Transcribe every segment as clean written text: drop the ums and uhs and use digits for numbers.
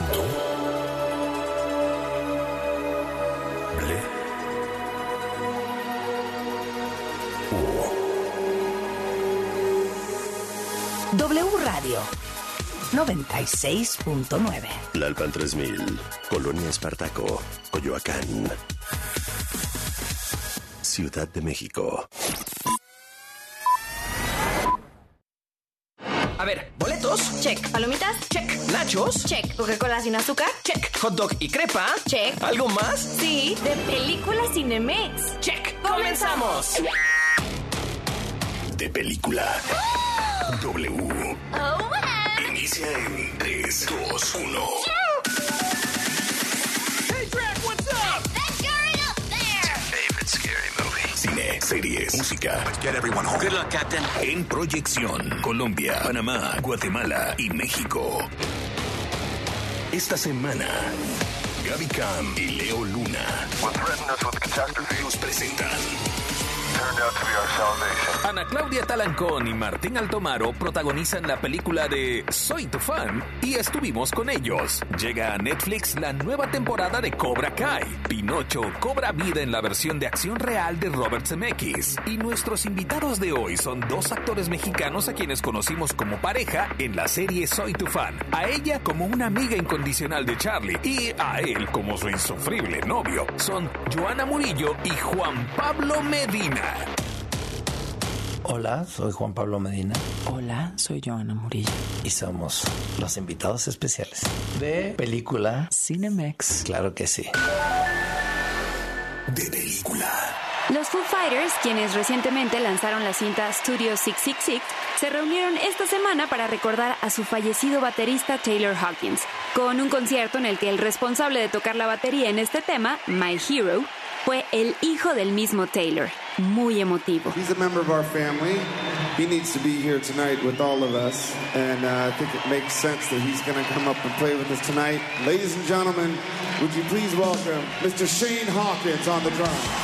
Do. Ble. O. W Radio 96.9. Tlalpan 3000, Colonia Espartaco, Coyoacán, Ciudad de México. A ver, boletos. Check. Palomitas. Check. Nachos. Check. Coca-Cola sin azúcar. Check. Hot dog y crepa. Check. ¿Algo más? Sí, de película Cinemex. Check. ¡Comenzamos! De película. W. Oh, wow. Inicia en 3, 2, 1. Hey, Drac, what's up? That girl up there. Favorite scary movie. Cine, series, música. Let's get everyone home. Good luck, Captain. En proyección. Colombia, Panamá, Guatemala y México. Esta semana, Gaby Cam y Leo Luna nos presentan Ana Claudia Talancón y Martín Altomaro protagonizan la película de Soy tu fan y estuvimos con ellos. Llega a Netflix la nueva temporada de Cobra Kai. Pinocho cobra vida en la versión de acción real de Robert Zemeckis. Y nuestros invitados de hoy son dos actores mexicanos a quienes conocimos como pareja en la serie Soy tu fan. A ella como una amiga incondicional de Charlie y a él como su insufrible novio. Son Joana Murillo y Juan Pablo Medina. Hola, soy Juan Pablo Medina. Hola, soy Joana Murillo. Y somos los invitados especiales de película Cinemex. Claro que sí. De película. Los Foo Fighters, quienes recientemente lanzaron la cinta Studio 666, se reunieron esta semana para recordar a su fallecido baterista Taylor Hawkins, con un concierto en el que el responsable de tocar la batería en este tema, My Hero, fue el hijo del mismo Taylor. Muy emotivo. He's a member of our family. He needs to be here tonight with all of us, and I think it makes sense that he's going to come up and play with us tonight. Ladies and gentlemen, would you please welcome Mr. Shane Hawkins on the drums.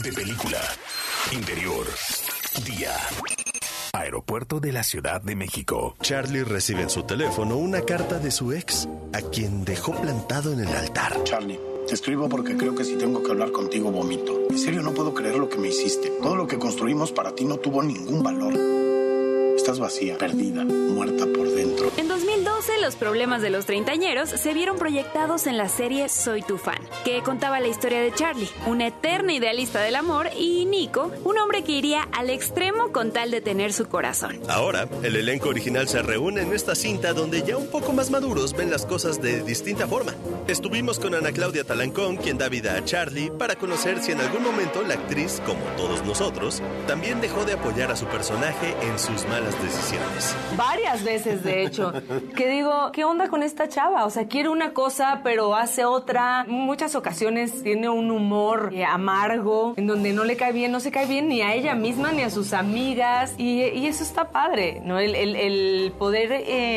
De película. Interior. Día. Aeropuerto de la Ciudad de México. Charlie recibe en su teléfono una carta de su ex, a quien dejó plantado en el altar. Charlie, te escribo porque creo que si tengo que hablar contigo vomito. En serio, no puedo creer lo que me hiciste. Todo lo que construimos para ti no tuvo ningún valor. Estás vacía, perdida, muerta por dentro. En 2012, los problemas de los treintañeros se vieron proyectados en la serie Soy tu fan, que contaba la historia de Charlie, una eterna idealista del amor, y Nico, un hombre que iría al extremo con tal de tener su corazón. Ahora, el elenco original se reúne en esta cinta donde ya un poco más maduros ven las cosas de distinta forma. Estuvimos con Ana Claudia Talancón, quien da vida a Charlie, para conocer si en algún momento la actriz, como todos nosotros, también dejó de apoyar a su personaje en sus malas decisiones. Varias veces, de hecho, que digo, ¿qué onda con esta chava? O sea, quiere una cosa, pero hace otra. En muchas ocasiones tiene un humor amargo, en donde no le cae bien, no se cae bien ni a ella misma ni a sus amigas, y eso está padre, ¿no? El poder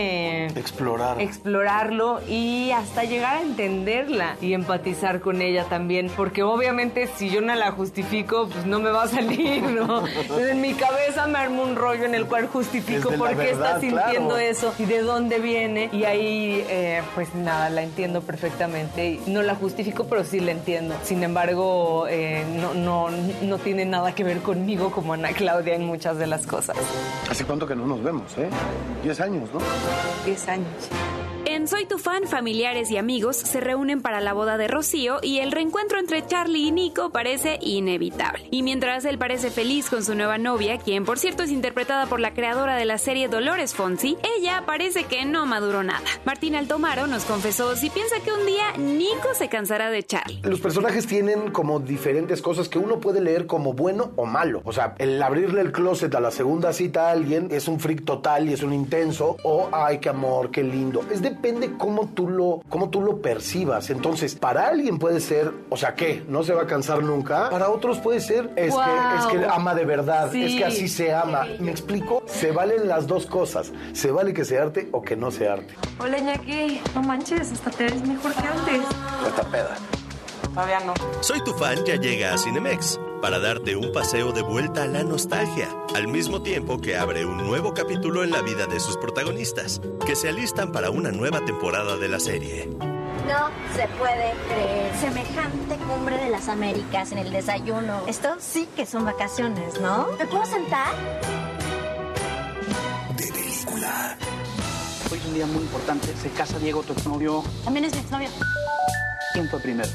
explorarlo y hasta llegar a entenderla y empatizar con ella también, porque obviamente si yo no la justifico, pues no me va a salir, ¿no? Entonces, en mi cabeza me armo un rollo en el cual justifico por qué está sintiendo eso y de dónde viene, y ahí pues nada, la entiendo perfectamente. No la justifico, pero sí la entiendo. Sin embargo, no tiene nada que ver conmigo como Ana Claudia en muchas de las cosas. ¿Hace cuánto que no nos vemos, 10 años, ¿no? 10 años. En Soy tu fan, familiares y amigos se reúnen para la boda de Rocío y el reencuentro entre Charlie y Nico parece inevitable. Y mientras él parece feliz con su nueva novia, quien por cierto es interpretada por la creadora de la serie Dolores Fonzi, ella parece que no maduró nada. Martín Altomaro nos confesó si piensa que un día Nico se cansará de Charlie. Los personajes tienen como diferentes cosas que uno puede leer como bueno o malo. O sea, el abrirle el closet a la segunda cita a alguien es un freak total y es un intenso, o ay, qué amor, qué lindo. Depende cómo tú lo percibas. Entonces, para alguien puede ser, o sea, ¿qué? ¿No se va a cansar nunca? Para otros puede ser, es que ama de verdad, sí. Es que así se ama. ¿Me explico? Se valen las dos cosas. Se vale que sea arte o que no sea arte. Hola, Iñaki. No manches, hasta te ves mejor que antes. Esta peda. Todavía no. Soy tu fan ya llega a Cinemex para darte un paseo de vuelta a la nostalgia, al mismo tiempo que abre un nuevo capítulo en la vida de sus protagonistas, que se alistan para una nueva temporada de la serie. No se puede creer semejante cumbre de las Américas en el desayuno. Esto sí que son vacaciones, ¿no? ¿Me puedo sentar? De película. Hoy es un día muy importante. Se casa Diego, tu exnovio. También es mi exnovio. ¿Quién fue primero?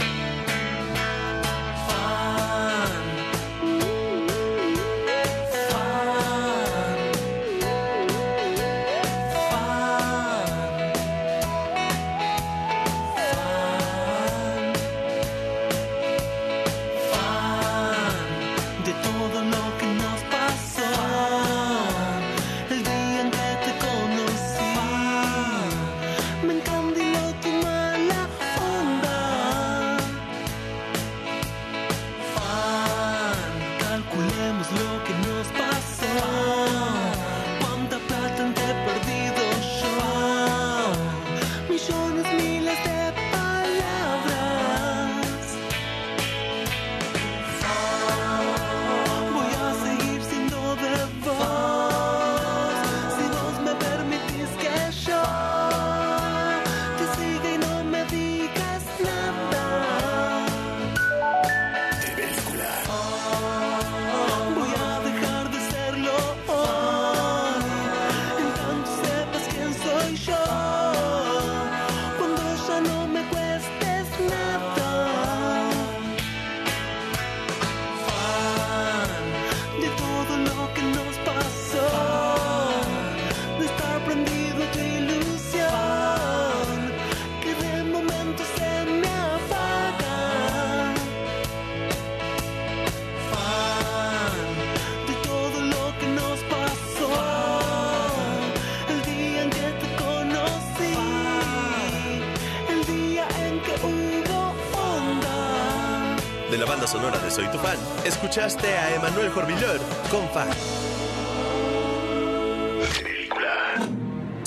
De la banda sonora de Soy tu fan, escuchaste a Emanuel Jorvillor con Fan. Soy tu fan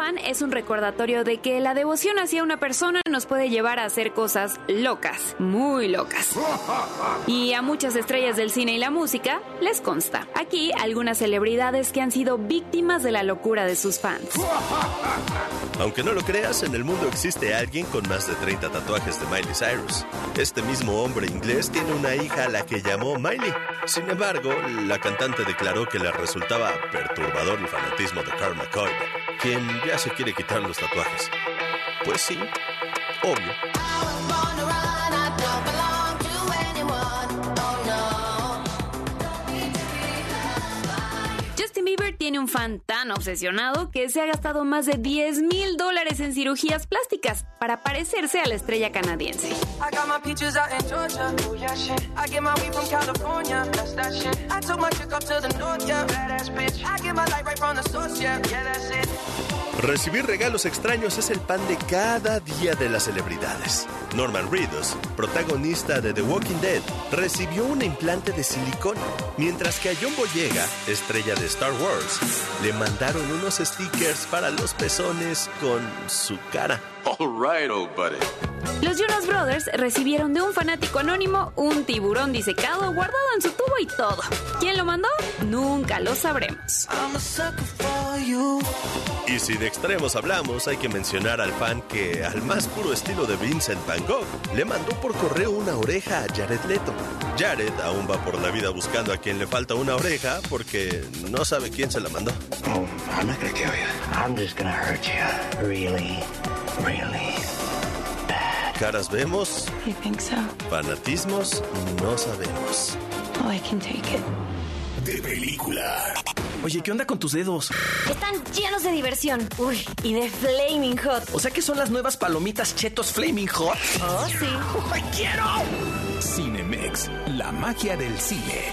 fan es un recordatorio de que la devoción hacia una persona nos puede llevar a hacer cosas locas, muy locas. Y a muchas estrellas del cine y la música les consta. Aquí algunas celebridades que han sido víctimas de la locura de sus fans. Aunque no lo creas, en el mundo existe alguien con más de 30 tatuajes de Miley Cyrus. Este mismo hombre inglés tiene una hija a la que llamó Miley. Sin embargo, la cantante declaró que le resultaba perturbador el fanatismo de Carl McCoy, quien ya se quiere quitar los tatuajes. Pues sí, obvio. Justin Bieber tiene un fan tan obsesionado que se ha gastado más de $10,000 en cirugías plásticas para parecerse a la estrella canadiense. Recibir regalos extraños es el pan de cada día de las celebridades. Norman Reedus, protagonista de The Walking Dead, recibió un implante de silicona, mientras que a John Boyega, estrella de Star Wars, le mandaron unos stickers para los pezones con su cara. All right, old buddy. Los Jonas Brothers recibieron de un fanático anónimo un tiburón disecado guardado en su tubo y todo. ¿Quién lo mandó? Nunca lo sabremos. Y si de extremos hablamos, hay que mencionar al fan que, al más puro estilo de Vincent Van Gogh, le mandó por correo una oreja a Jared Leto. Jared aún va por la vida buscando a quien le falta una oreja porque no sabe quién se la mandó. Oh, I'm not gonna kill you. I'm just gonna hurt you. Really, really bad. Caras vemos. I think so. Fanatismos no sabemos. Oh, I can take it. De película. Oye, ¿qué onda con tus dedos? Están llenos de diversión. Uy, y de Flaming Hot. O sea que son las nuevas palomitas Chetos Flaming Hot. Oh, sí. ¡Ay, quiero! Cinemex, la magia del cine.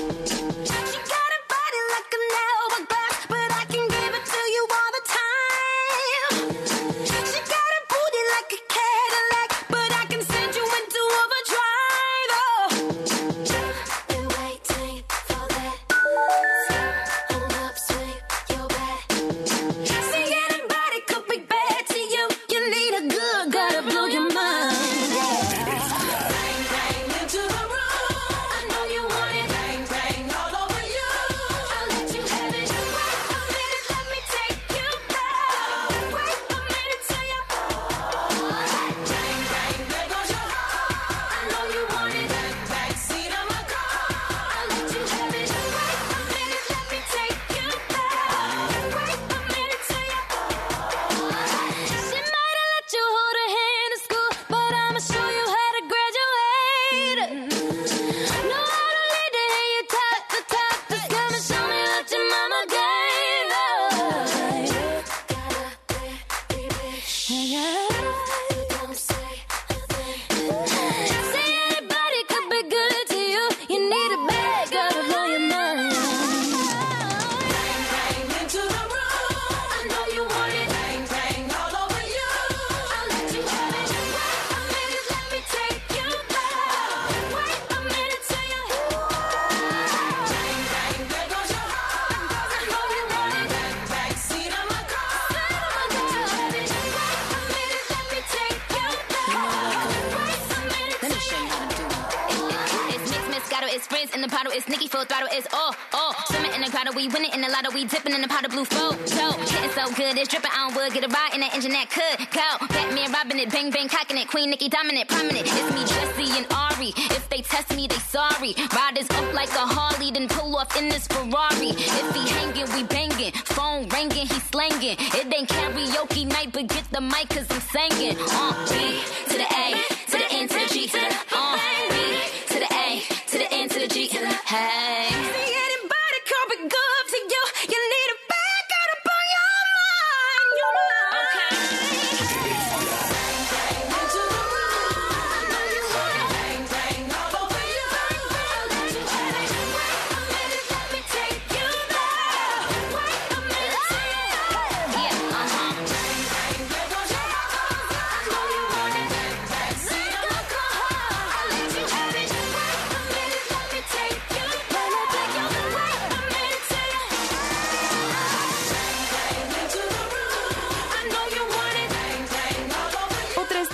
in the bottle, it's Nicki full throttle, it's all. Swimming in the grotto, we winning in the lotto, we dipping in the pot of blue flow. Getting so good, it's dripping, I don't would get a ride in that engine that could go. Batman robbing it, bang bang cocking it, Queen Nicki dominant, prominent. It's me, Jesse and Ari. If they test me, they sorry. Riders up like a Harley, then pull off in this Ferrari. If he hanging, we banging. Phone ringing, he slanging. It ain't karaoke night, but get the mic 'cause I'm singing. B to the A, to the N, to the G, to the B to the A, to the N, to the G, to the hey. See anybody coming good to you? You need a back out up on your mind, your mind. Okay.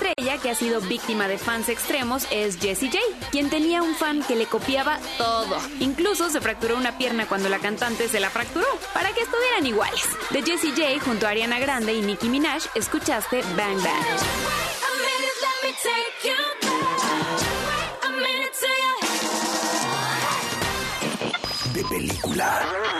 estrella que ha sido víctima de fans extremos es Jessie J, quien tenía un fan que le copiaba todo. Incluso se fracturó una pierna cuando la cantante se la fracturó, para que estuvieran iguales. De Jessie J junto a Ariana Grande y Nicki Minaj escuchaste Bang Bang. De película.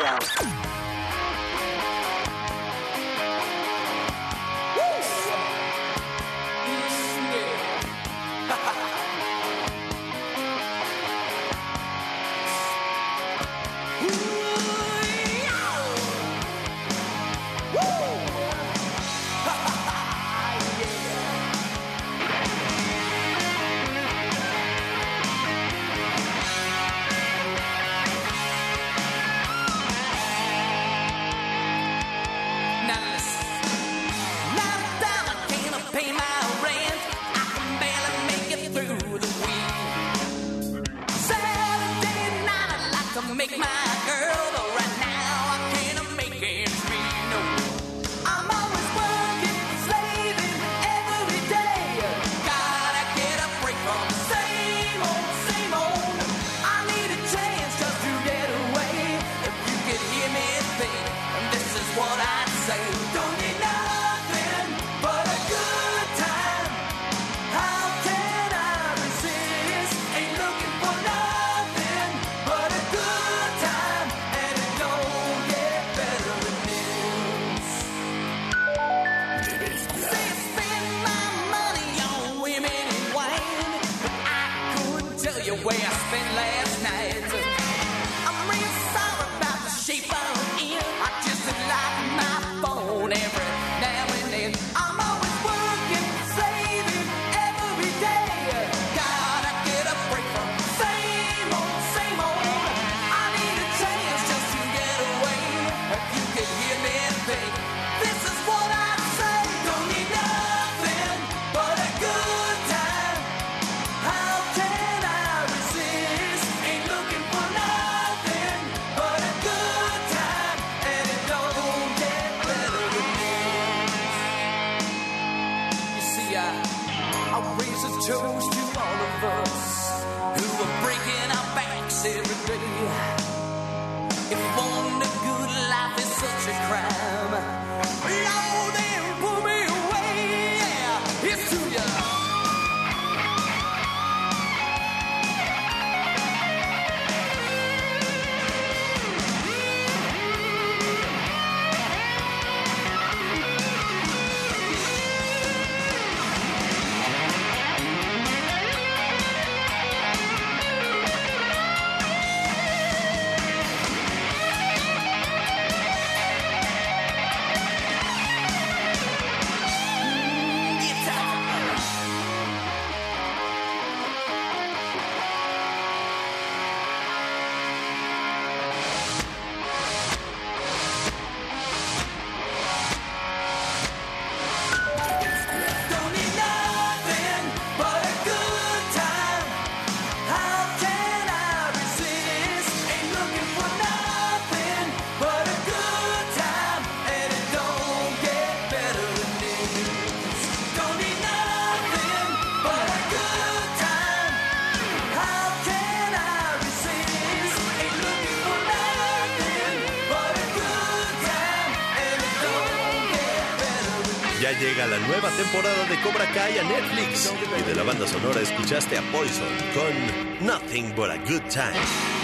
Ya llega la nueva temporada de Cobra Kai a Netflix. Y de la banda sonora escuchaste a Poison con Nothing But a Good Time.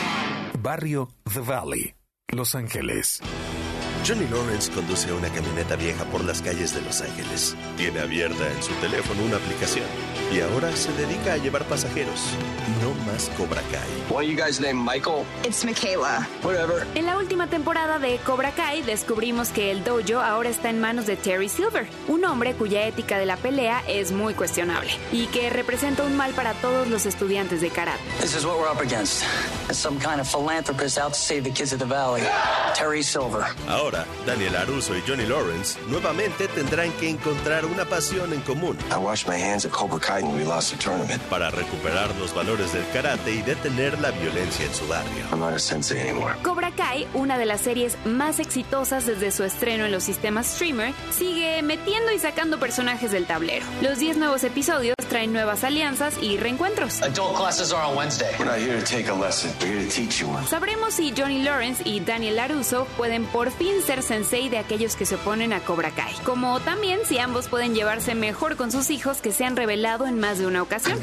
Barrio The Valley, Los Ángeles. Johnny Lawrence conduce una camioneta vieja por las calles de Los Ángeles. Tiene abierta en su teléfono una aplicación y ahora se dedica a llevar pasajeros. No más Cobra Kai. What are you guys named Michael? It's Michaela. Whatever. En la última temporada de Cobra Kai descubrimos que el dojo ahora está en manos de Terry Silver, un hombre cuya ética de la pelea es muy cuestionable y que representa un mal para todos los estudiantes de karate. This is what we're up against. Some kind of philanthropist out to save the kids of the valley. Terry Silver. Ahora Ahora, Daniel LaRusso y Johnny Lawrence nuevamente tendrán que encontrar una pasión en común. I washed my hands at Cobra Kai when we lost the tournament. Para recuperar los valores del karate y detener la violencia en su barrio. I'm not a sensei anymore. Cobra Kai, una de las series más exitosas desde su estreno en los sistemas streamer, sigue metiendo y sacando personajes del tablero. Los 10 nuevos episodios traen nuevas alianzas y reencuentros. Adult classes are on Wednesday. We're not here to take a lesson. We're here to teach you one. Sabremos si Johnny Lawrence y Daniel LaRusso pueden por fin ser sensei de aquellos que se oponen a Cobra Kai, como también si ambos pueden llevarse mejor con sus hijos que se han revelado en más de una ocasión.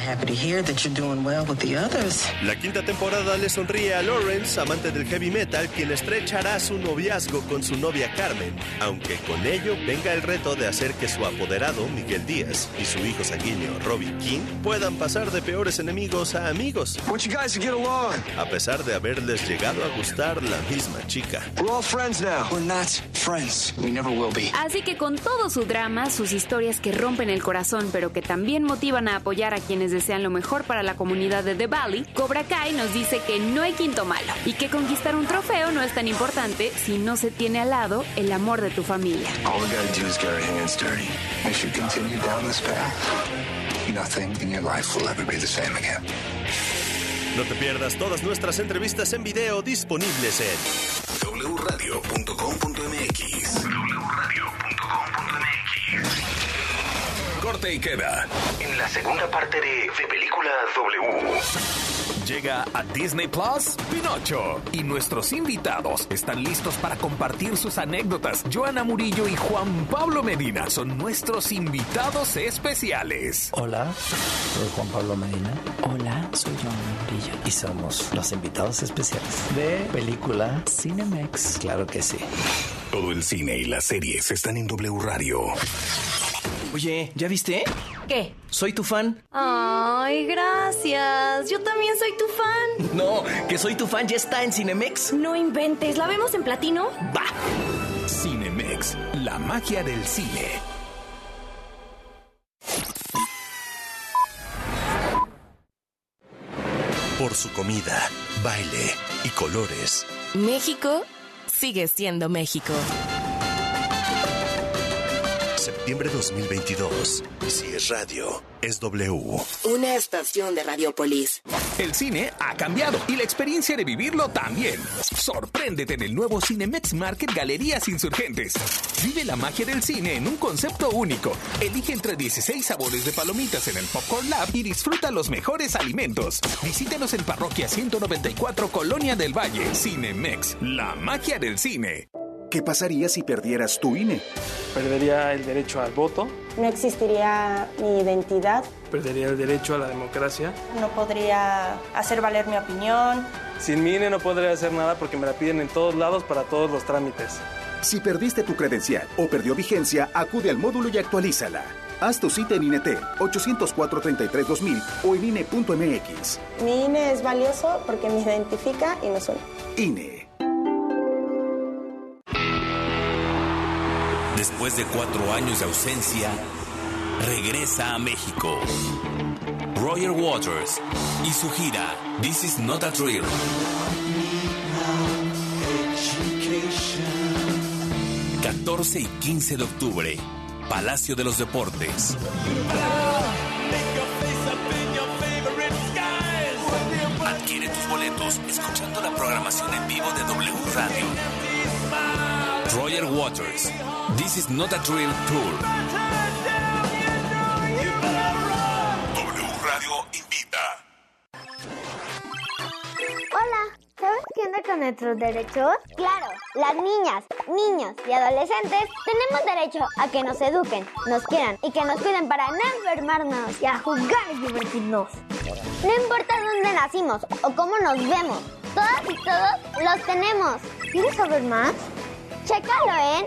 La quinta temporada le sonríe a Lawrence, amante del heavy metal, quien estrechará su noviazgo con su novia Carmen, aunque con ello venga el reto de hacer que su apoderado Miguel Díaz y su hijo sanguíneo Robbie King puedan pasar de peores enemigos a amigos. A pesar de haberles llegado a gustar la misma chica. We're all friends now. We're not friends. We never will be. Así que con todo su drama, sus historias que rompen el corazón pero que también motivan a apoyar a quienes desean lo mejor para la comunidad de The Valley, Cobra Kai nos dice que no hay quinto malo y que conquistar un trofeo no es tan importante si no se tiene al lado el amor de tu familia. All we gotta do is get our hands dirty. If you continue down this path, nothing in your life will ever be the same again. No te pierdas todas nuestras entrevistas en video disponibles en wradio.com.mx. Corte y queda en la segunda parte de Película W. Llega a Disney Plus Pinocho y nuestros invitados están listos para compartir sus anécdotas. Joana Murillo y Juan Pablo Medina son nuestros invitados especiales. Hola, soy Juan Pablo Medina. Hola, soy Joana Murillo y somos los invitados especiales de película Cinemex. Claro que sí. Todo el cine y las series están en W Radio. Oye, ¿ya viste? ¿Qué? Soy tu fan. Ay, gracias. Yo también soy tu fan. No, que soy tu fan ya está en Cinemex. No inventes, ¿la vemos en platino? Va. Cinemex, la magia del cine. Por su comida, baile y colores. México sigue siendo México. Septiembre 2022. Si es radio, es W. Una estación de Radiopolis. El cine ha cambiado y la experiencia de vivirlo también. Sorpréndete en el nuevo Cinemex Market Galerías Insurgentes. Vive la magia del cine en un concepto único. Elige entre 16 sabores de palomitas en el Popcorn Lab y disfruta los mejores alimentos. Visítanos en Parroquia 194, Colonia del Valle. Cinemex, la magia del cine. ¿Qué pasaría si perdieras tu INE? Perdería el derecho al voto. No existiría mi identidad. Perdería el derecho a la democracia. No podría hacer valer mi opinión. Sin mi INE no podría hacer nada porque me la piden en todos lados para todos los trámites. Si perdiste tu credencial o perdió vigencia, acude al módulo y actualízala. Haz tu cita en INETEL 804-33-2000 o en INE.mx. Mi INE es valioso porque me identifica y nos une. INE. Después de 4 años de ausencia, regresa a México. Roger Waters y su gira This Is Not a Drill. 14 y 15 de octubre, Palacio de los Deportes. Adquiere tus boletos escuchando la programación en vivo de W Radio. Roger Waters, This Is Not a Drill Tour. W Radio invita. Hola, ¿sabes qué onda con nuestros derechos? Claro, las niñas, niños y adolescentes tenemos derecho a que nos eduquen, nos quieran y que nos cuiden para no enfermarnos y a jugar y divertirnos. No importa dónde nacimos o cómo nos vemos, todas y todos los tenemos. ¿Quieres saber más? Chécalo en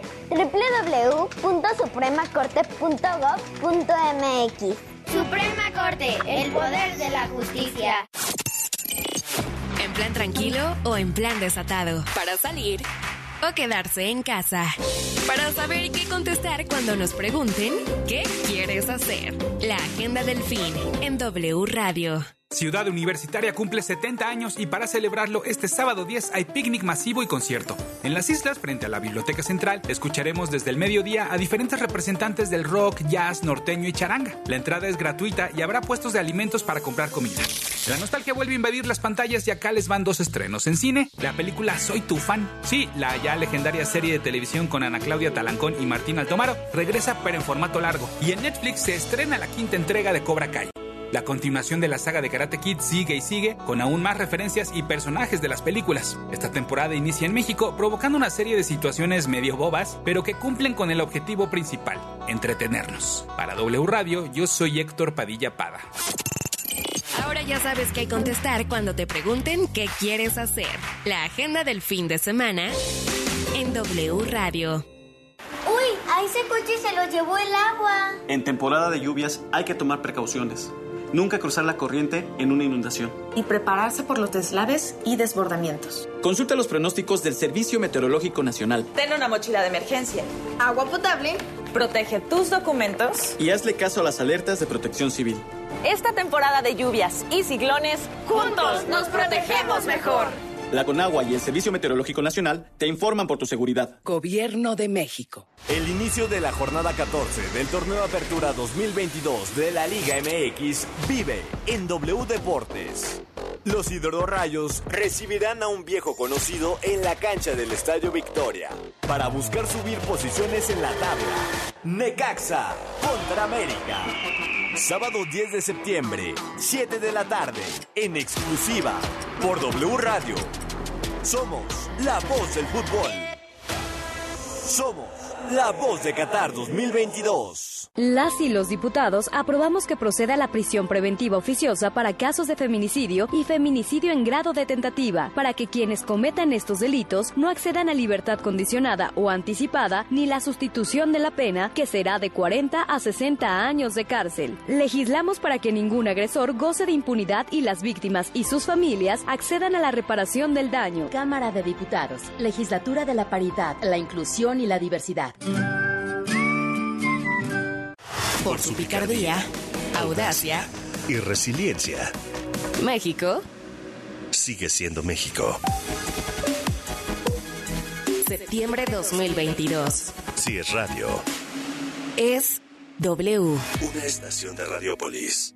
www.supremacorte.gov.mx. Suprema Corte, el poder de la justicia. En plan tranquilo o en plan desatado. Para salir o quedarse en casa. Para saber qué contestar cuando nos pregunten ¿qué quieres hacer? La agenda del fin en W Radio. Ciudad Universitaria cumple 70 años y para celebrarlo este sábado 10 hay picnic masivo y concierto. En las islas, frente a la Biblioteca Central, escucharemos desde el mediodía a diferentes representantes del rock, jazz, norteño y charanga. La entrada es gratuita y habrá puestos de alimentos para comprar comida. La nostalgia vuelve a invadir las pantallas y acá les van 2 estrenos. En cine, la película Soy tu fan. Sí, la ya legendaria serie de televisión con Ana Claudia Talancón y Martín Altomaro regresa pero en formato largo. Y en Netflix se estrena la 5ª entrega de Cobra Kai. La continuación de la saga de Karate Kid sigue y sigue, con aún más referencias y personajes de las películas. Esta temporada inicia en México, provocando una serie de situaciones medio bobas, pero que cumplen con el objetivo principal, entretenernos. Para W Radio, yo soy Héctor Padilla Pada. Ahora ya sabes qué contestar cuando te pregunten qué quieres hacer. La agenda del fin de semana en W Radio. ¡Uy! A ese coche se lo llevó el agua. En temporada de lluvias hay que tomar precauciones. Nunca cruzar la corriente en una inundación. Y prepararse por los deslaves y desbordamientos. Consulta los pronósticos del Servicio Meteorológico Nacional. Ten una mochila de emergencia, agua potable, protege tus documentos y hazle caso a las alertas de Protección Civil. Esta temporada de lluvias y ciclones, juntos nos protegemos mejor. La Conagua y el Servicio Meteorológico Nacional te informan por tu seguridad. Gobierno de México. El inicio de la jornada 14 del Torneo Apertura 2022 de la Liga MX vive en W Deportes. Los Hidrorrayos recibirán a un viejo conocido en la cancha del Estadio Victoria para buscar subir posiciones en la tabla. Necaxa contra América. Sábado 10 de septiembre, 7 de la tarde, en exclusiva por W Radio. Somos la voz del fútbol. Somos la voz de Qatar 2022. Las y los diputados aprobamos que proceda la prisión preventiva oficiosa para casos de feminicidio y feminicidio en grado de tentativa, para que quienes cometan estos delitos no accedan a libertad condicionada o anticipada ni la sustitución de la pena, que será de 40 a 60 años de cárcel. Legislamos para que ningún agresor goce de impunidad y las víctimas y sus familias accedan a la reparación del daño. Cámara de Diputados, Legislatura de la Paridad, la Inclusión y la Diversidad. Por su picardía, audacia y resiliencia, México sigue siendo México. Septiembre 2022. Si es radio, es W. Una estación de Radiopolis.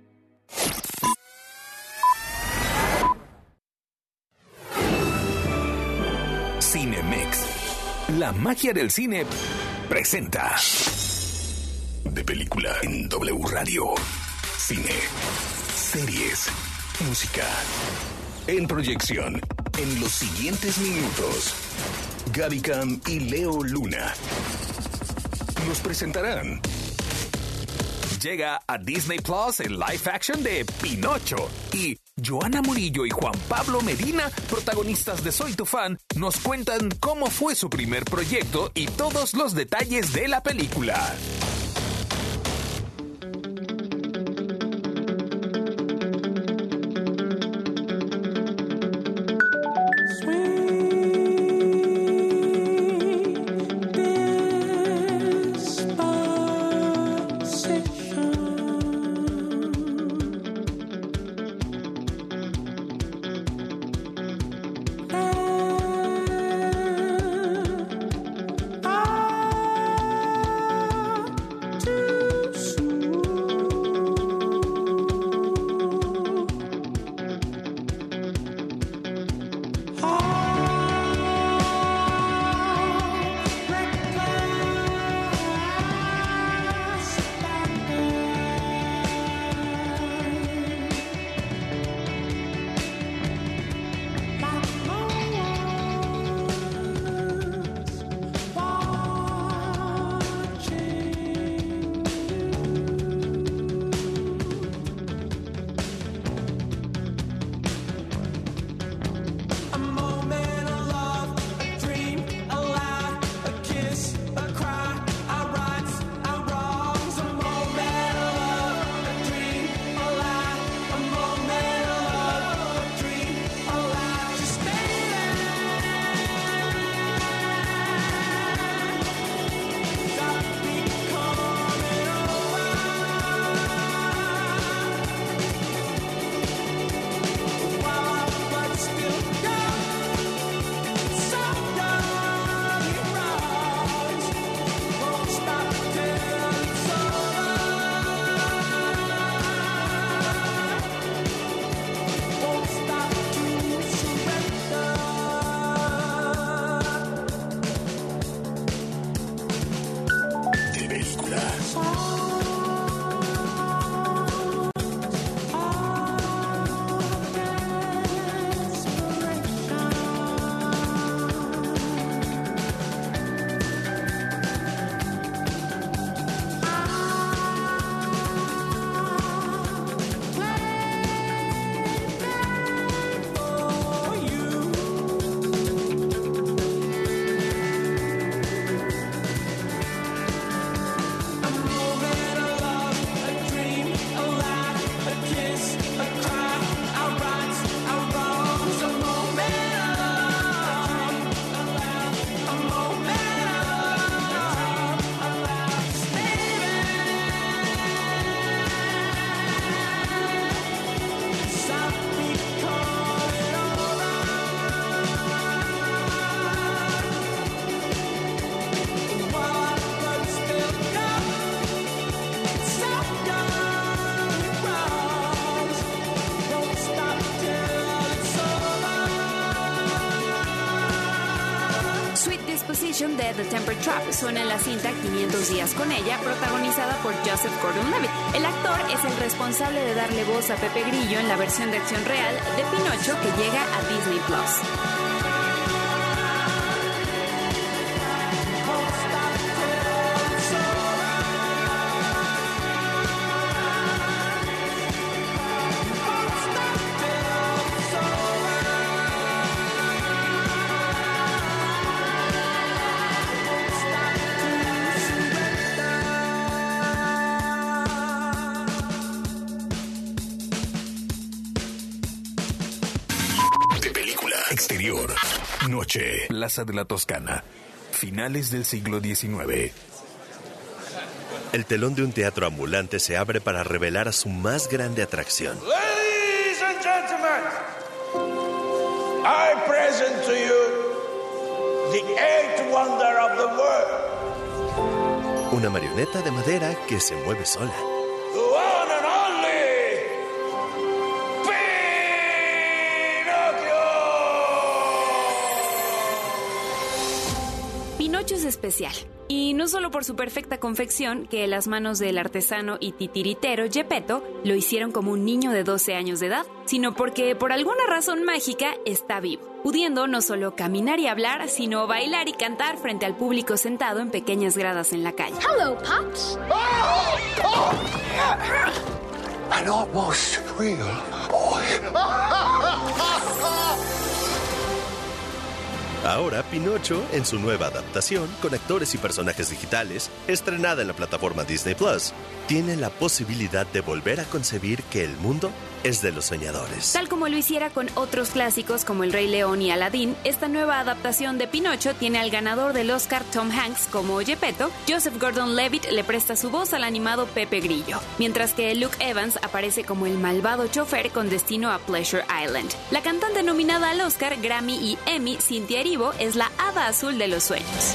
Cinemex. La magia del cine presenta. De película en W Radio. Cine, series, música. En proyección, en los siguientes minutos, Gaby Cam y Leo Luna nos presentarán. Llega a Disney Plus el live action de Pinocho y Joana Murillo y Juan Pablo Medina, protagonistas de Soy tu fan, nos cuentan cómo fue su primer proyecto y todos los detalles de la película. canción de The Temper Trap suena en la cinta 500 días con ella, protagonizada por Joseph Gordon-Levitt. El actor es el responsable de darle voz a Pepe Grillo en la versión de acción real de Pinocho que llega a Disney Plus. Exterior. Noche. Plaza de la Toscana. Finales del siglo XIX. El telón de un teatro ambulante se abre para revelar a su más grande atracción. Ladies and gentlemen, I present to you the eighth wonder of the world. Una marioneta de madera que se mueve sola. The one and only Pinocho es especial, y no solo por su perfecta confección, que las manos del artesano y titiritero Geppetto lo hicieron como un niño de 12 años de edad, sino porque por alguna razón mágica está vivo, pudiendo no solo caminar y hablar, sino bailar y cantar frente al público sentado en pequeñas gradas en la calle. Hello, Pops. An almost real boy. Ahora Pinocho, en su nueva adaptación, con actores y personajes digitales, estrenada en la plataforma Disney Plus, tiene la posibilidad de volver a concebir que el mundo es de los soñadores. Tal como lo hiciera con otros clásicos como El Rey León y Aladdin, esta nueva adaptación de Pinocho tiene al ganador del Oscar Tom Hanks como Geppetto. Joseph Gordon-Levitt le presta su voz al animado Pepe Grillo, mientras que Luke Evans aparece como el malvado chofer con destino a Pleasure Island. La cantante nominada al Oscar, Grammy y Emmy, Cynthia Erivo, es la hada azul de los sueños.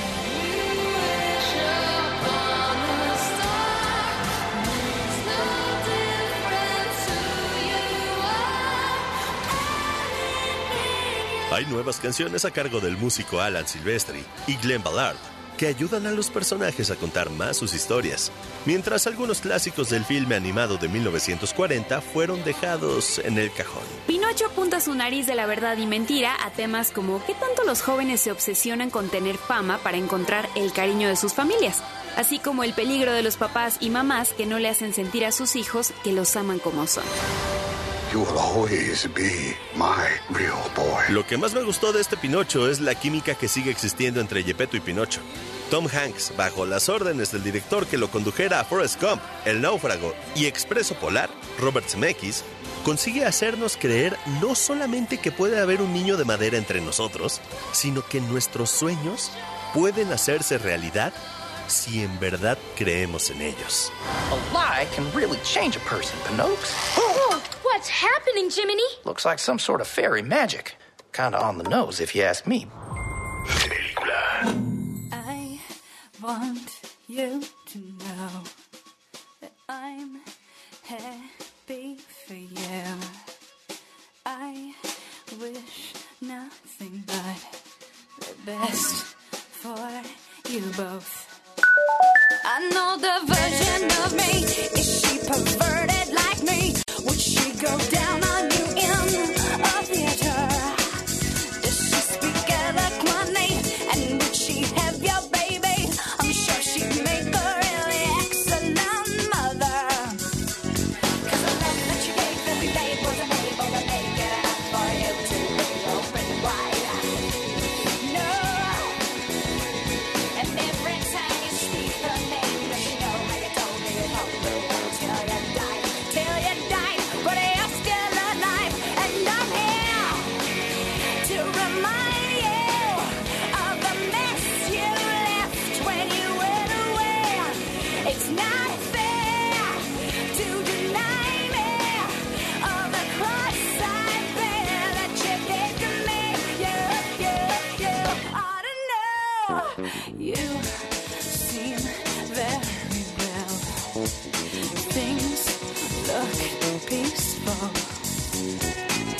Hay nuevas canciones a cargo del músico Alan Silvestri y Glenn Ballard, que ayudan a los personajes a contar más sus historias, mientras algunos clásicos del filme animado de 1940 fueron dejados en el cajón. Pinocho apunta su nariz de la verdad y mentira a temas como qué tanto los jóvenes se obsesionan con tener fama para encontrar el cariño de sus familias, así como el peligro de los papás y mamás que no le hacen sentir a sus hijos que los aman como son. You will always be my real boy. Lo que más me gustó de este Pinocho es la química que sigue existiendo entre Geppetto y Pinocho. Tom Hanks, bajo las órdenes del director que lo condujera a Forrest Gump, El Náufrago y Expreso Polar, Robert Zemeckis, consigue hacernos creer no solamente que puede haber un niño de madera entre nosotros, sino que nuestros sueños pueden hacerse realidad si en verdad creemos en ellos. A lie can really change a person, Pinocchio. What's happening, Jiminy? Looks like some sort of fairy magic. Kinda on the nose, if you ask me. I want you to know that I'm happy for you. I wish nothing but the best for you both. I know the version of me. Is she perverted like me? Would she go down on you in a theater? Does she speak eloquently? And would she have your baby? I'm sure she'd make a really excellent mother. 'Cause the love that you gave every day wasn't ready for the naked for you to be open wide. No. And every time you speak her name, does she know how you told me you loved the world till you died? Till you died, but you're still alive. And I'm here to remind you of the mess you left when you went away. It's not fair to deny me of the cross I bear that you gave to me. You ought to know. You seem very well. Things look peaceful.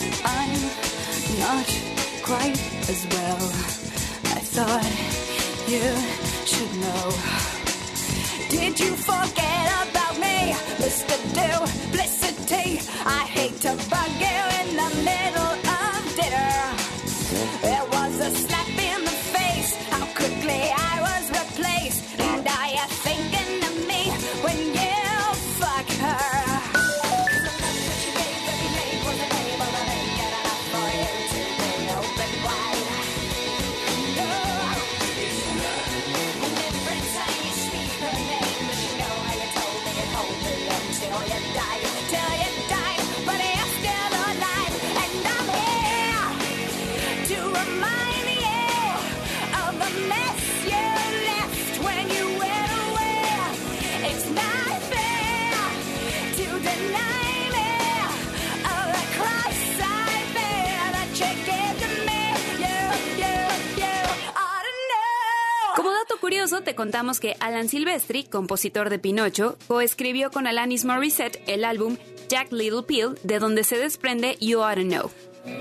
I'm not quite as well. I thought you should know. Did you forget about me, Mr. Duplicity? I hate to bug you in the middle of dinner. There was a slap in the face, how quickly I was replaced. And are you thinking of me when you fuck her? Curioso, te contamos que Alan Silvestri, compositor de Pinocho, coescribió con Alanis Morissette el álbum Jagged Little Pill, de donde se desprende You Ought to Know.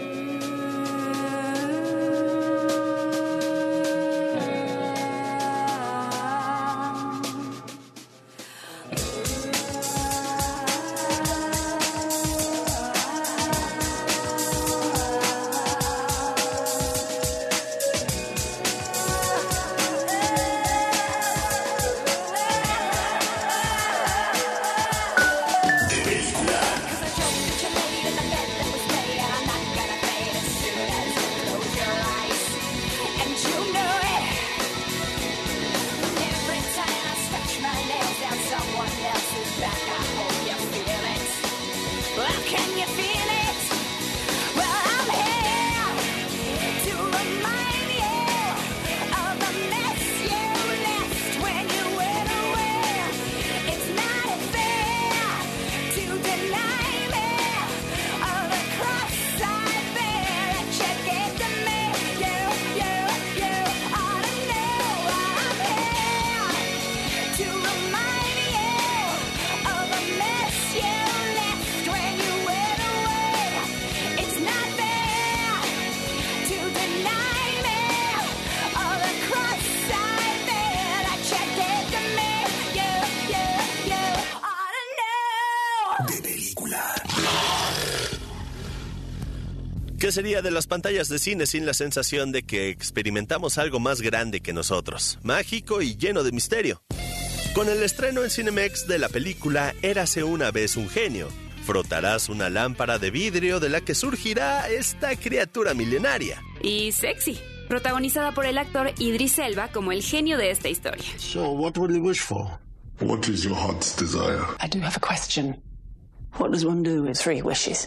¿Qué sería de las pantallas de cine sin la sensación de que experimentamos algo más grande que nosotros, mágico y lleno de misterio? Con el estreno en Cinemex de la película Érase una vez un genio, frotarás una lámpara de vidrio de la que surgirá esta criatura milenaria. Y sexy, protagonizada por el actor Idris Elba como el genio de esta historia. So, what will you wish for? What is your heart's desire? I do have a question. What does one do with 3 wishes?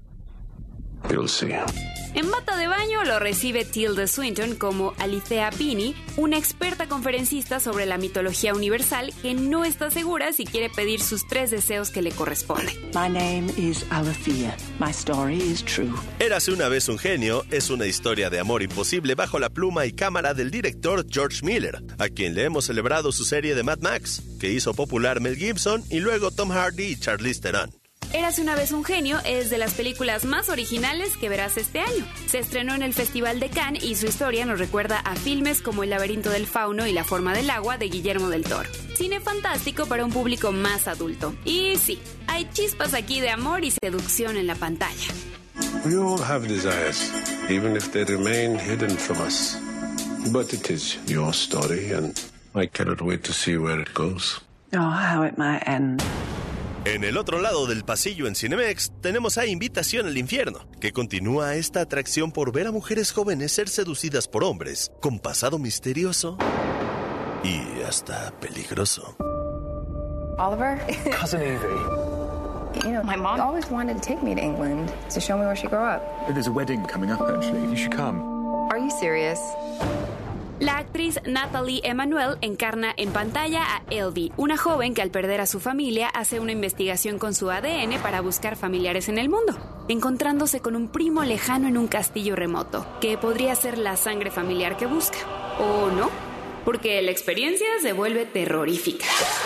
You'll see. En bata de baño lo recibe Tilda Swinton como Alicea Pini, una experta conferencista sobre la mitología universal que no está segura si quiere pedir sus 3 deseos que le corresponden. My name is Alethea. My story is true. Érase una vez un genio es una historia de amor imposible bajo la pluma y cámara del director George Miller, a quien le hemos celebrado su serie de Mad Max, que hizo popular Mel Gibson y luego Tom Hardy y Charlize Theron. Érase una vez un genio es de las películas más originales que verás este año. Se estrenó en el Festival de Cannes y su historia nos recuerda a filmes como El laberinto del fauno y La forma del agua de Guillermo del Toro. Cine fantástico para un público más adulto. Y sí, hay chispas aquí de amor y seducción en la pantalla. We all have desires, even if they remain hidden from us. But it is your story, and I cannot wait to see where it goes. Oh, how it might end. En el otro lado del pasillo en Cinemex tenemos a Invitación al Infierno, que continúa esta atracción por ver a mujeres jóvenes ser seducidas por hombres con pasado misterioso y hasta peligroso. Oliver? Cousin Evie. You know, my mom always wanted to take me to England to show me where she grew up. There's a wedding coming up, actually. You should come. Are you serious? La actriz Nathalie Emmanuel encarna en pantalla a Elvie, una joven que al perder a su familia hace una investigación con su ADN para buscar familiares en el mundo, encontrándose con un primo lejano en un castillo remoto, que podría ser la sangre familiar que busca. ¿O no? Porque la experiencia se vuelve terrorífica.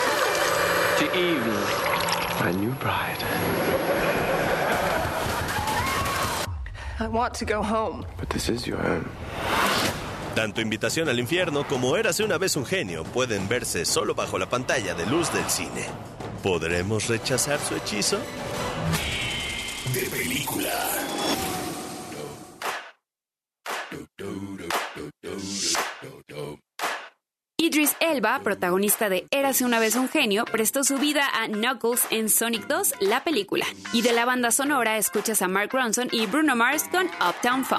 To Evie, my new bride. I want to go home. But this is your home. Tanto Invitación al Infierno como Érase una vez un genio pueden verse solo bajo la pantalla de luz del cine. ¿Podremos rechazar su hechizo? De película. Idris Elba, protagonista de Érase una vez un genio, prestó su vida a Knuckles en Sonic 2, la película. Y de la banda sonora escuchas a Mark Ronson y Bruno Mars con Uptown Funk.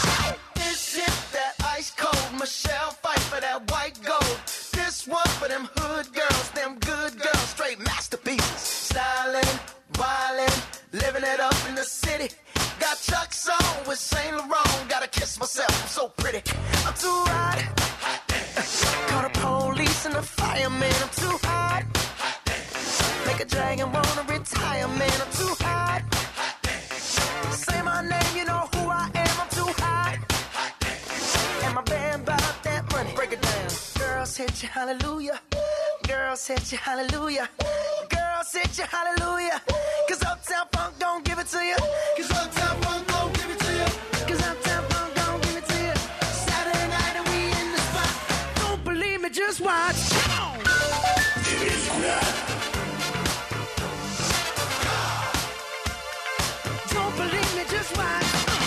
Michelle fight for that white gold. This one for them hood girls, them good girls, straight masterpieces. Stylin', wildin', living it up in the city. Got Chuck's on with Saint Laurent. Gotta kiss myself, I'm so pretty. I'm too hot. Call the police and the fireman. I'm too hot. Make a dragon wanna retire, man. I'm too hot. Say my name, you know who I am. I'm too hot. And my band bought that money. Break it down. Girls hit you, hallelujah. Girls hit you, hallelujah. Girls hit you, hallelujah. Cause Uptown Funk don't give it to you. Cause Uptown Funk don't give it to you. Cause Uptown Funk don't give it to you. Saturday night and we in the spot. Don't believe me, just watch. Don't believe me, just watch.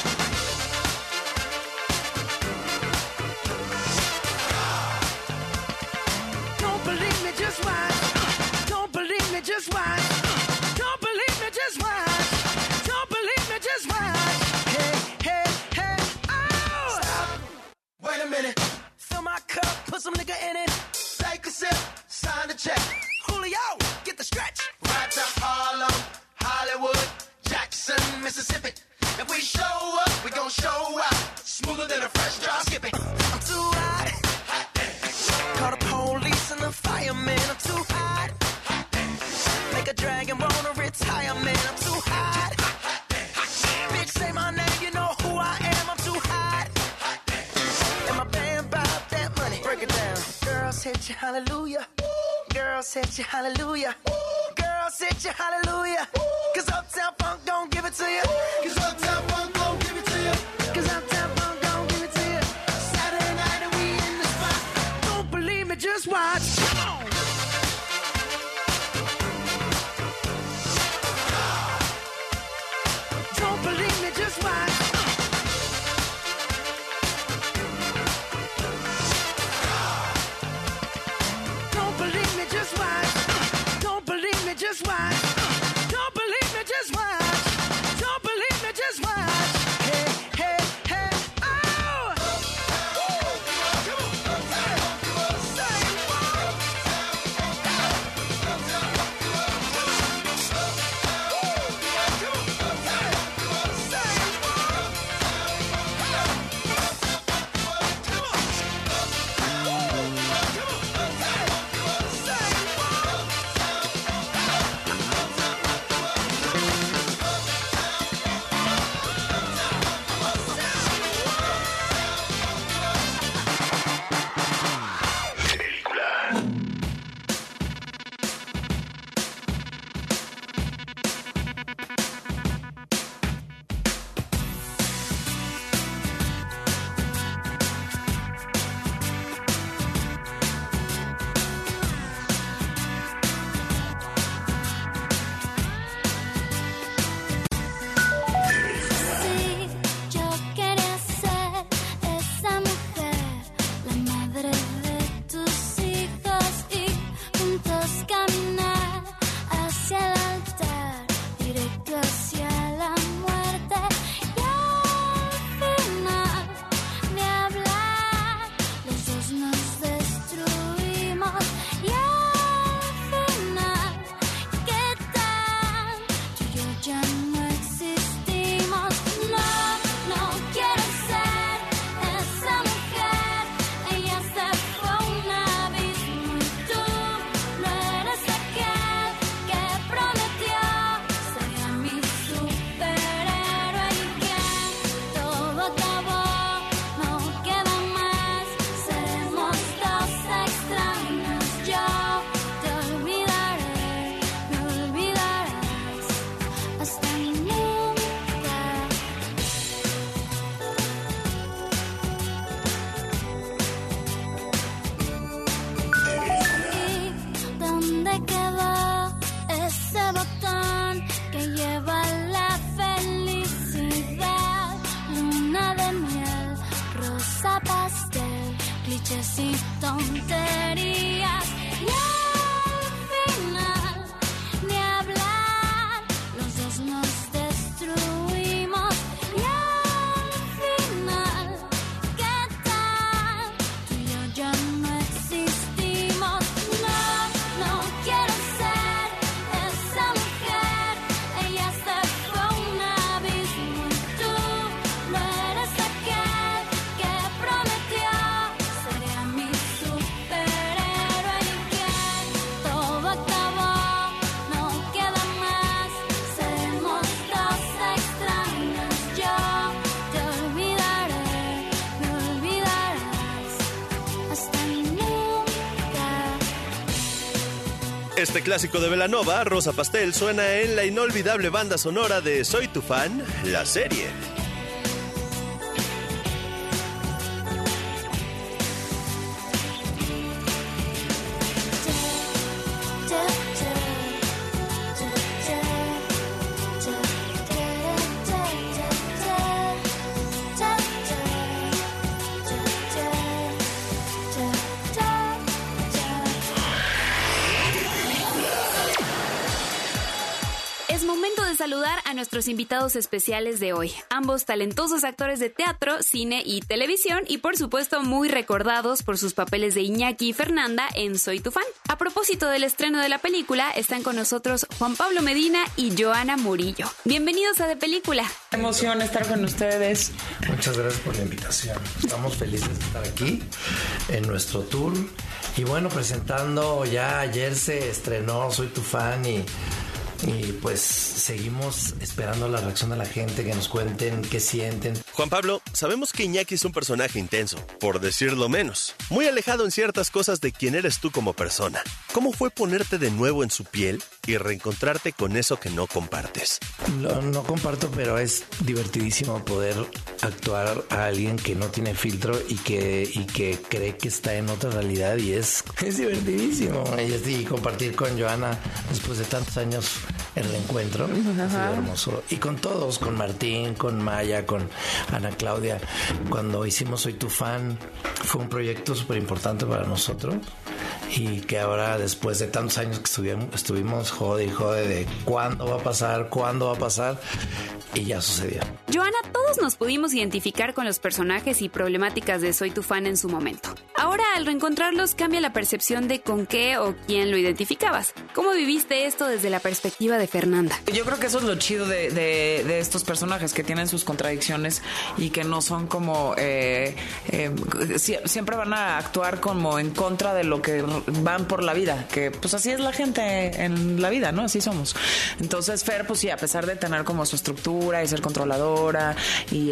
Just watch. Don't believe me, just watch. Don't believe me, just watch. Don't believe me, just watch. Hey, hey, hey, oh! Stop. Wait a minute. Fill my cup, put some nigga in it. Take a sip, sign the check. Julio, get the stretch. Right to Harlem, Hollywood, Jackson, Mississippi. If we show up, we gon' show out. Smoother than a fresh drop skipping. I'm too hot. Call the police and the fireman. I'm too hot. Make a dragon wanna retire, man. I'm too hot. Bitch, say my name, you know who I am. I'm too hot. And my band bought that money. Break it down. Girls hit you, hallelujah. Girls hit you, hallelujah. Girls hit you, hallelujah. Cause Uptown Funk don't give it to you. Cause Uptown Funk don't give it to you. Cause Uptown Funk don't give it to you. Saturday night and we in the spot. Don't believe me, just watch. Don't believe me, just watch. Don't believe me, just watch. Don't believe me, just watch. Don't believe me, just watch. Don't believe me, just watch. Hey, hey, hey, oh! Hasta baches y tonterías. Y al final, ni hablar, los dos nos destruimos. Y al final, ¿qué tal? Tú y yo ya no existimos. No quiero ser esa mujer. Ella se fue a un abismo y tú no eres aquel que prometió. Sería mi superhéroe y que todo acabó, no queda más. Seremos dos extraños. Yo te olvidaré, me olvidarás hasta nunca. Este clásico de Belanova, Rosa Pastel, suena en la inolvidable banda sonora de Soy tu fan, la serie. Es momento de saludar a nuestros invitados especiales de hoy, ambos talentosos actores de teatro, cine y televisión y por supuesto muy recordados por sus papeles de Iñaki y Fernanda en Soy tu fan. A propósito del estreno de la película, están con nosotros Juan Pablo Medina y Joana Murillo. Bienvenidos a De Película. Qué emoción estar con ustedes. Muchas gracias por la invitación. Estamos felices de estar aquí en nuestro tour. Y bueno, presentando, ya ayer se estrenó Soy tu fan y pues seguimos esperando la reacción de la gente, que nos cuenten qué sienten. Juan Pablo, sabemos que Iñaki es un personaje intenso, por decirlo menos, muy alejado en ciertas cosas de quién eres tú como persona. ¿Cómo fue ponerte de nuevo en su piel y reencontrarte con eso que no compartes? No comparto, pero es divertidísimo poder actuar a alguien que no tiene filtro y que cree que está en otra realidad, y es divertidísimo. Y compartir con Joana después de tantos años el reencuentro, ha sido hermoso. Y con todos, con Martín, con Maya, con Ana Claudia. Cuando hicimos Soy tu fan, fue un proyecto súper importante para nosotros, y que ahora, después de tantos años que estuvimos jode y jode de cuándo va a pasar, y ya sucedió. Joana, todos nos pudimos identificar con los personajes y problemáticas de Soy tu fan en su momento. Ahora, al reencontrarlos, cambia la percepción de con qué o quién lo identificabas. ¿Cómo viviste esto desde la perspectiva de Fernanda? Yo creo que eso es lo chido de estos personajes, que tienen sus contradicciones y que no son como... siempre van a actuar como en contra de lo que van por la vida, que pues así es la gente en la vida, ¿no? Así somos. Entonces Fer, pues sí, a pesar de tener como su estructura y ser controladora y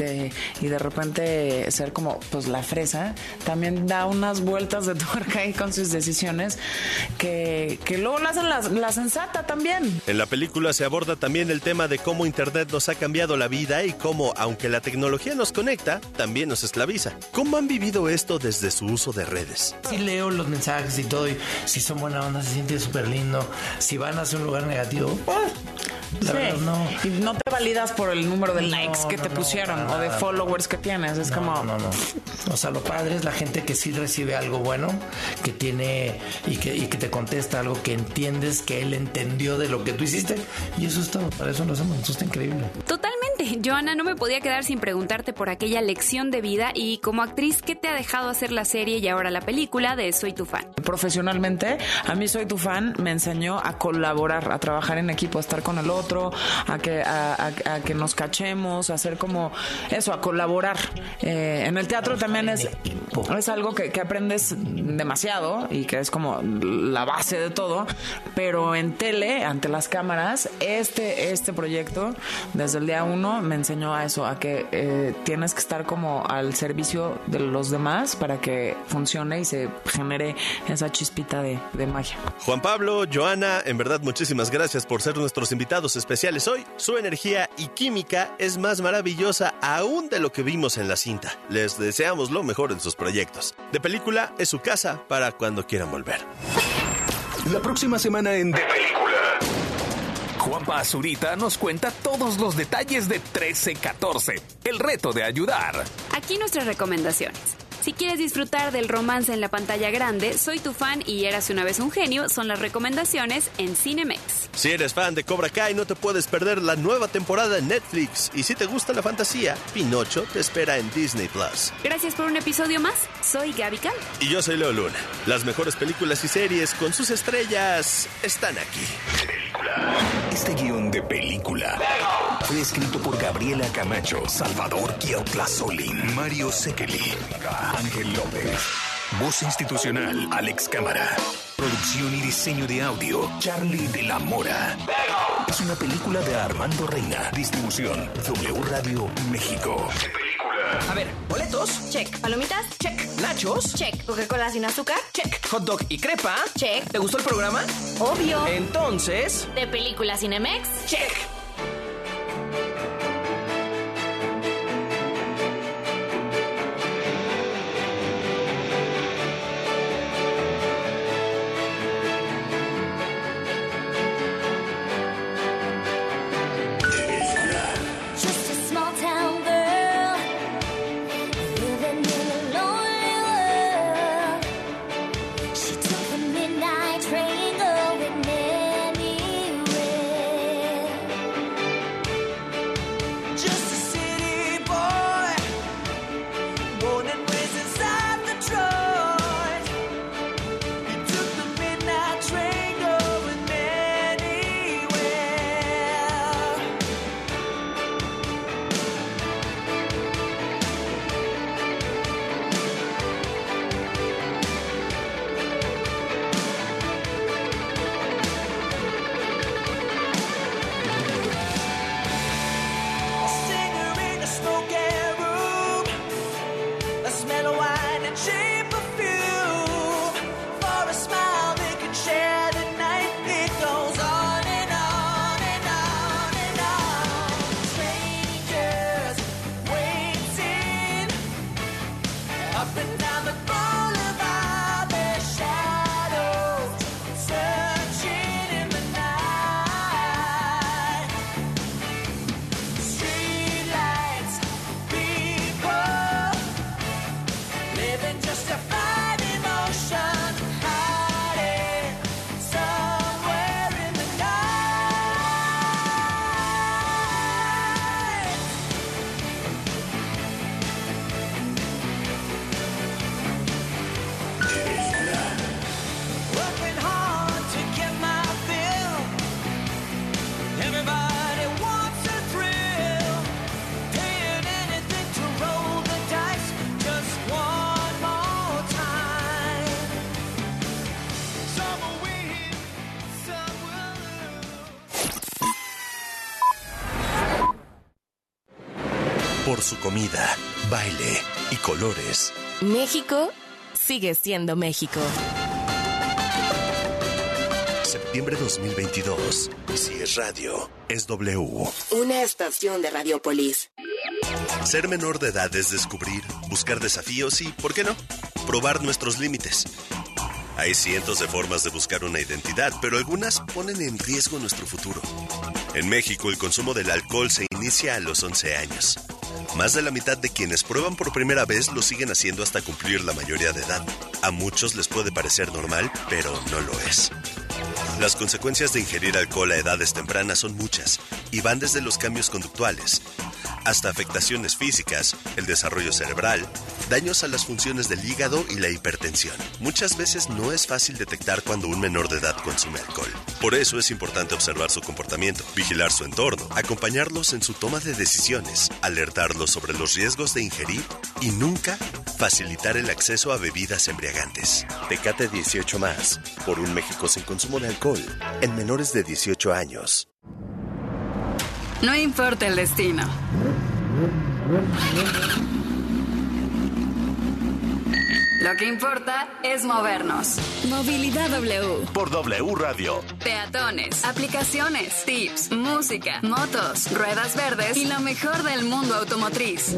de repente ser como pues la fresa, también da unas vueltas de tuerca ahí con sus decisiones que luego la hacen la sensata también. En la película se aborda también el tema de cómo Internet nos ha cambiado la vida y cómo, aunque la tecnología nos conecta, también nos esclaviza. ¿Cómo han vivido esto desde su uso de redes? Sí, leo los mensajes y todo, y si son buena onda se siente súper lindo. Si van hacia un lugar negativo, la verdad no. Y no te validas por el número de likes que te pusieron o de followers que tienes. Es como... No. O sea, lo padre es la gente que sí recibe algo bueno, que tiene y que te contesta algo que entiendes que él entendió de lo que tú hiciste, y eso es todo. Para eso lo hacemos. Eso está increíble. Totalmente. Joana, no me podía quedar sin preguntarte por aquella lección de vida y como actriz, ¿qué te ha dejado hacer la serie y ahora la película de Soy tu fan? Profesionalmente, a mí Soy tu fan me enseñó a colaborar, a trabajar en equipo, a estar con el otro, a que nos cachemos, a hacer como eso, a colaborar. En el teatro también es algo que aprendes demasiado y que es como la base de todo, pero en tele, ante las cámaras, este proyecto desde el día 1 me enseñó a eso, a que tienes que estar como al servicio de los demás para que funcione y se genere esa chispita de magia. Juan Pablo, Joana, en verdad muchísimas gracias por ser nuestros invitados especiales hoy. Su energía y química es más maravillosa aún de lo que vimos en la cinta. Les deseamos lo mejor en sus proyectos. De Película es su casa para cuando quieran volver. La próxima semana en De Película, Juanpa Azurita nos cuenta todos los detalles de 13-14, el reto de ayudar. Aquí nuestras recomendaciones. Si quieres disfrutar del romance en la pantalla grande, Soy tu fan y Érase una vez un genio son las recomendaciones en Cinemex. Si eres fan de Cobra Kai, no te puedes perder la nueva temporada en Netflix. Y si te gusta la fantasía, Pinocho te espera en Disney Plus. Gracias por un episodio más. Soy Gaby Cal. Y yo soy Leo Luna. Las mejores películas y series con sus estrellas están aquí. Este guión de película fue escrito por Gabriela Camacho, Salvador Chiautlazolin, Mario Sekeli, Ángel López. Voz institucional, Alex Cámara. Producción y diseño de audio, Charlie de la Mora. Es una película de Armando Reina. Distribución, W Radio México. A ver, boletos. Check. ¿Palomitas? Check. Nachos. Check. ¿Coca-Cola sin azúcar? Check. Hot dog y crepa. Check. ¿Te gustó el programa? Obvio. Entonces... ¿De película Cinemex? Check. Por su comida, baile y colores. México sigue siendo México. Septiembre 2022. Si es radio, es W. Una estación de Radiopolis. Ser menor de edad es descubrir, buscar desafíos y, ¿por qué no?, probar nuestros límites. Hay cientos de formas de buscar una identidad, pero algunas ponen en riesgo nuestro futuro. En México, el consumo del alcohol se inicia a los 11 años. Más de la mitad de quienes prueban por primera vez lo siguen haciendo hasta cumplir la mayoría de edad. A muchos les puede parecer normal, pero no lo es. Las consecuencias de ingerir alcohol a edades tempranas son muchas y van desde los cambios conductuales hasta afectaciones físicas, el desarrollo cerebral, daños a las funciones del hígado y la hipertensión. Muchas veces no es fácil detectar cuando un menor de edad consume alcohol. Por eso es importante observar su comportamiento, vigilar su entorno, acompañarlos en su toma de decisiones, alertarlos sobre los riesgos de ingerir y nunca facilitar el acceso a bebidas embriagantes. Tecate 18+, por un México sin consumo de alcohol, en menores de 18 años. No importa el destino. Lo que importa es movernos. Movilidad W. Por W Radio. Peatones, aplicaciones, tips, música, motos, ruedas verdes y lo mejor del mundo automotriz.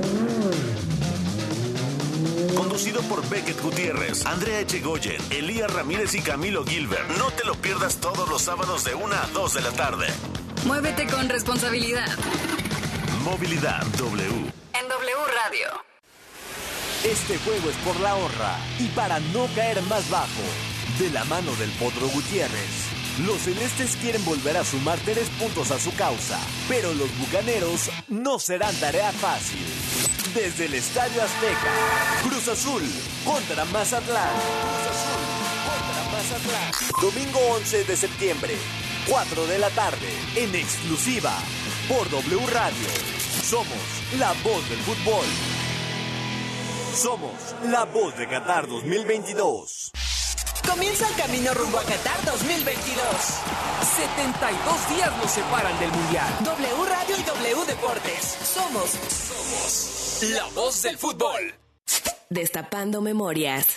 Conducido por Beckett Gutiérrez, Andrea Echegoyen, Elías Ramírez y Camilo Gilbert. No te lo pierdas todos los sábados de 1 a 2 de la tarde. Muévete con responsabilidad. Movilidad W. En W Radio. Este juego es por la honra y para no caer más bajo. De la mano del Potro Gutiérrez, los celestes quieren volver a sumar 3 puntos a su causa, pero los bucaneros no serán tarea fácil. Desde el Estadio Azteca, Cruz Azul contra Mazatlán. Domingo 11 de septiembre, 4 de la tarde, en exclusiva, por W Radio. Somos la voz del fútbol. Somos la voz de Qatar 2022. Comienza el camino rumbo a Qatar 2022. 72 días nos separan del Mundial. W Radio y W Deportes. Somos la voz del fútbol. Destapando memorias.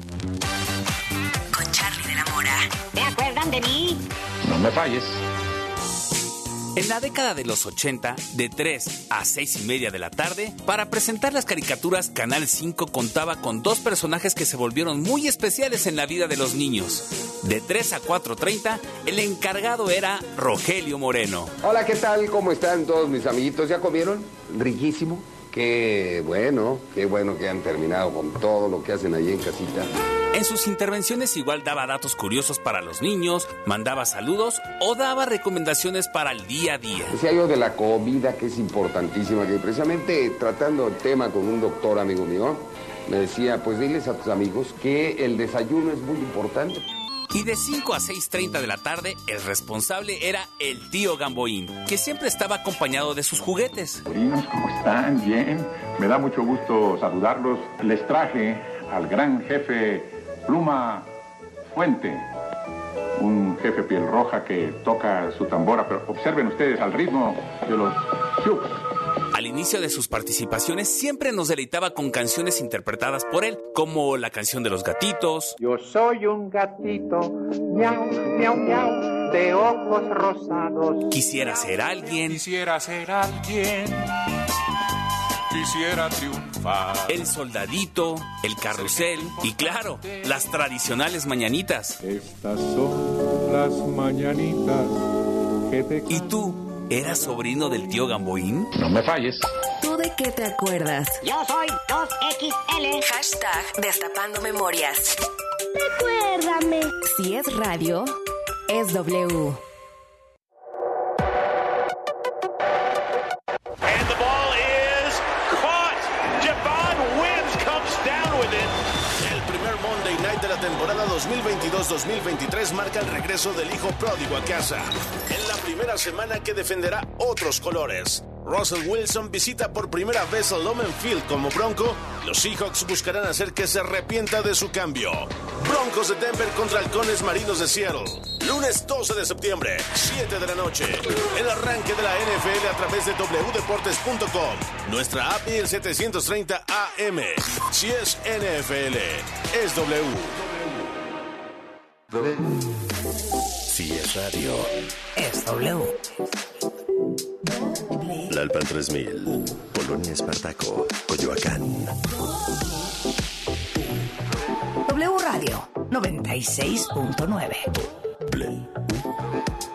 Con Charlie de la Mora. ¿Se acuerdan de mí? No me falles. En la década de los 80, de 3 a 6 y media de la tarde, para presentar las caricaturas, Canal 5 contaba con 2 personajes que se volvieron muy especiales en la vida de los niños. De 3 a 4:30, el encargado era Rogelio Moreno. Hola, ¿qué tal? ¿Cómo están todos mis amiguitos? ¿Ya comieron? Riquísimo. Qué bueno que han terminado con todo lo que hacen allí en casita. En sus intervenciones igual daba datos curiosos para los niños, mandaba saludos o daba recomendaciones para el día a día. Decía yo de la comida, que es importantísima, que precisamente tratando el tema con un doctor amigo mío, me decía, pues diles a tus amigos que el desayuno es muy importante. Y de 5 a 6:30 de la tarde, el responsable era el tío Gamboín, que siempre estaba acompañado de sus juguetes. Sobrinos, ¿cómo están? Bien. Me da mucho gusto saludarlos. Les traje al gran jefe Pluma Fuente, un jefe piel roja que toca su tambora, pero observen ustedes al ritmo de los chups. Al inicio de sus participaciones siempre nos deleitaba con canciones interpretadas por él, como la canción de los gatitos. Yo soy un gatito, miau, miau, miau, de ojos rosados. Quisiera ser alguien. Quisiera ser alguien. Quisiera triunfar. El soldadito, el carrusel y claro, las tradicionales mañanitas. Estas son las mañanitas que te... ¿Y tú? ¿Eras sobrino del tío Gamboín? No me falles. ¿Tú de qué te acuerdas? Yo soy 2XL. Hashtag Destapando Memorias. Recuérdame. Si es radio, es W. And the ball is caught. Javon Wims comes down with it. El primer Monday Night de la temporada 2022-2023 marca el regreso del hijo pródigo a casa. En la primera semana que defenderá otros colores. Russell Wilson visita por primera vez a Lumen Field como Bronco. Los Seahawks buscarán hacer que se arrepienta de su cambio. Broncos de Denver contra Halcones Marinos de Seattle. Lunes 12 de septiembre, 7 de la noche. El arranque de la NFL a través de wdeportes.com. Nuestra app y el 730 AM. Si es NFL, es W. Si es radio, es W. Lalpan 3000, Polonia Espartaco, Coyoacán. W Radio 96.9.